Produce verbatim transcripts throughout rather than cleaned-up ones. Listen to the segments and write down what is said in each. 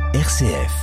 R C F.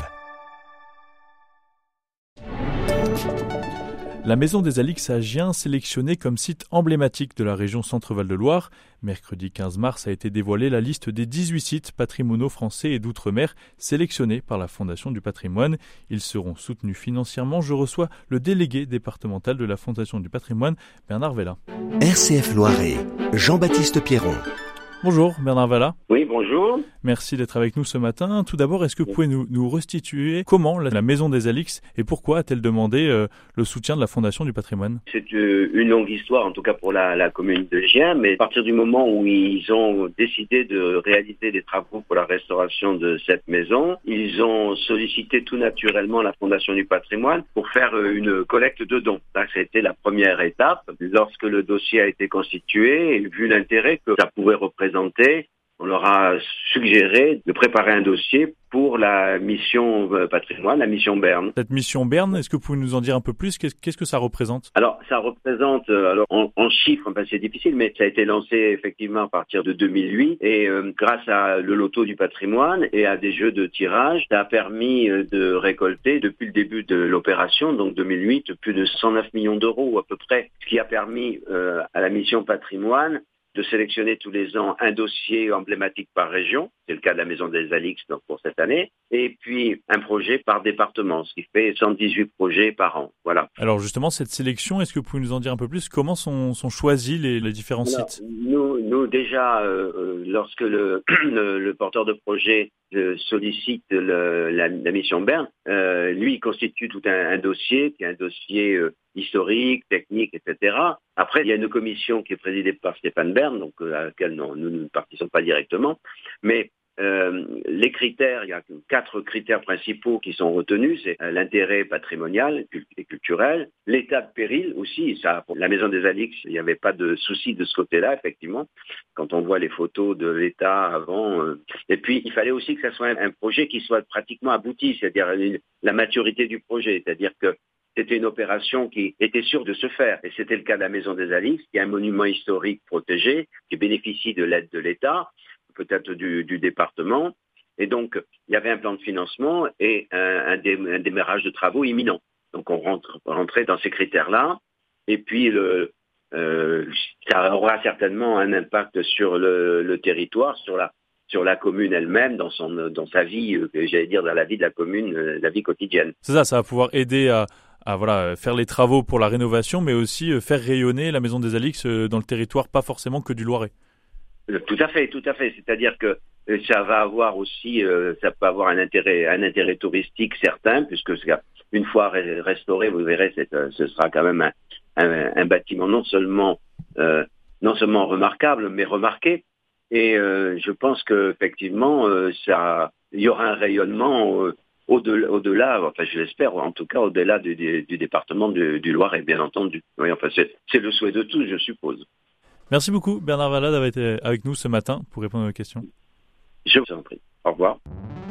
La Maison des Alix à Gien, sélectionnée comme site emblématique de la région Centre-Val de Loire. Mercredi quinze mars a été dévoilée la liste des dix-huit sites patrimoniaux français et d'outre-mer sélectionnés par la Fondation du patrimoine. Ils seront soutenus financièrement. Je reçois le délégué départemental de la Fondation du patrimoine, Bernard Vella. R C F Loiret, Jean-Baptiste Pierron. Bonjour Bernard Vella. Oui, bonjour. Merci d'être avec nous ce matin. Tout d'abord, est-ce que vous pouvez nous, nous restituer comment la Maison des Alix et pourquoi a-t-elle demandé euh, le soutien de la Fondation du patrimoine ? C'est euh, une longue histoire, en tout cas pour la, la commune de Gien, mais à partir du moment où ils ont décidé de réaliser des travaux pour la restauration de cette maison, ils ont sollicité tout naturellement la Fondation du patrimoine pour faire euh, une collecte de dons. Ça, c'était la première étape. Lorsque le dossier a été constitué, et vu l'intérêt que ça pouvait représenter, on leur a suggéré de préparer un dossier pour la mission patrimoine, la mission Berne. Cette mission Berne, est-ce que vous pouvez nous en dire un peu plus ? Qu'est-ce, qu'est-ce que ça représente ? Alors, ça représente, alors en, en chiffres, ben, c'est difficile, mais ça a été lancé effectivement à partir de deux mille huit et euh, grâce à le loto du patrimoine et à des jeux de tirage, ça a permis euh, de récolter depuis le début de l'opération, donc deux mille huit, plus de cent neuf millions d'euros à peu près, ce qui a permis euh, à la mission patrimoine de sélectionner tous les ans un dossier emblématique par région, c'est le cas de la Maison des Alix donc pour cette année, et puis un projet par département, ce qui fait cent dix-huit projets par an. Voilà. Alors justement, cette sélection, est-ce que vous pouvez nous en dire un peu plus ? Comment sont, sont choisis les, les différents Alors, sites ? Nous, nous déjà, euh, lorsque le, le, le porteur de projet euh, sollicite le, la, la mission Berne, euh, lui, il constitue tout un, un dossier, qui est un dossier euh, historique, technique, et cetera. Après, il y a une commission qui est présidée par Stéphane Bern, donc euh, à laquelle non, nous ne participons pas directement, mais Euh, les critères, il y a quatre critères principaux qui sont retenus, c'est euh, l'intérêt patrimonial et culturel, l'état de péril aussi, ça, pour la Maison des Alix, il n'y avait pas de souci de ce côté-là, effectivement, quand on voit les photos de l'état avant, euh, et puis il fallait aussi que ça soit un, un projet qui soit pratiquement abouti, c'est-à-dire une, la maturité du projet, c'est-à-dire que c'était une opération qui était sûre de se faire, et c'était le cas de la Maison des Alix, qui est un monument historique protégé, qui bénéficie de l'aide de l'État, peut-être du, du département. Et donc, il y avait un plan de financement et un, un, dé, un démarrage de travaux imminent. Donc, on rentre, rentrait dans ces critères-là. Et puis, le, euh, ça aura certainement un impact sur le, le territoire, sur la, sur la commune elle-même, dans, son, dans sa vie, euh, j'allais dire, dans la vie de la commune, euh, la vie quotidienne. C'est ça, ça va pouvoir aider à, à voilà, faire les travaux pour la rénovation, mais aussi faire rayonner la Maison des Alix dans le territoire, pas forcément que du Loiret. Tout à fait, tout à fait. C'est-à-dire que ça va avoir aussi, euh, ça peut avoir un intérêt, un intérêt touristique certain, puisque une fois restauré, vous verrez, c'est, ce sera quand même un, un, un bâtiment non seulement, euh, non seulement remarquable, mais remarqué. Et euh, je pense que effectivement, euh, ça, il y aura un rayonnement euh, au-delà, au-delà, enfin je l'espère, en tout cas au-delà du, du, du département du, du Loiret, bien entendu. Oui, enfin c'est, c'est le souhait de tous, je suppose. Merci beaucoup Bernard Vella d'avoir été avec nous ce matin pour répondre à nos questions. Je vous en prie. Au revoir.